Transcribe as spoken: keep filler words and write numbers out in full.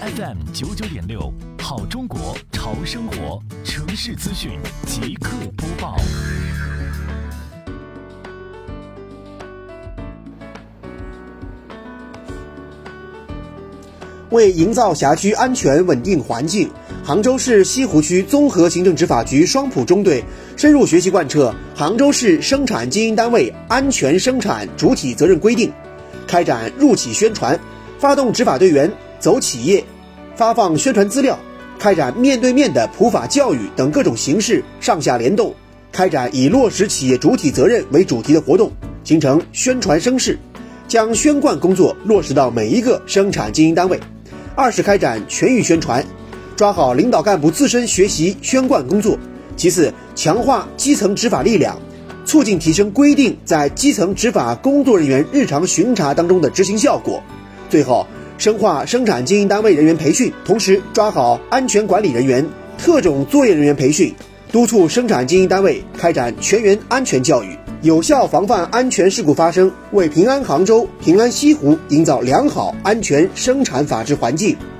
F M 九九点六，好中国潮生活，城市资讯即刻播报。 为营造辖区安全稳定环境，杭州市西湖区综合行政执法局双浦中队深入学习贯彻杭州市生产经营单位安全生产主体责任规定，开展入企宣传，发动执法队员走企业，发放宣传资料，开展面对面的普法教育等各种形式上下联动，开展以落实企业主体责任为主题的活动，形成宣传声势，将宣贯工作落实到每一个生产经营单位。二是开展全域宣传，抓好领导干部自身学习宣贯工作。其次，强化基层执法力量，促进提升规定在基层执法工作人员日常巡查当中的执行效果。最后，深化生产经营单位人员培训，同时抓好安全管理人员、特种作业人员培训，督促生产经营单位开展全员安全教育，有效防范安全事故发生，为平安杭州、平安西湖营造良好安全生产法治环境。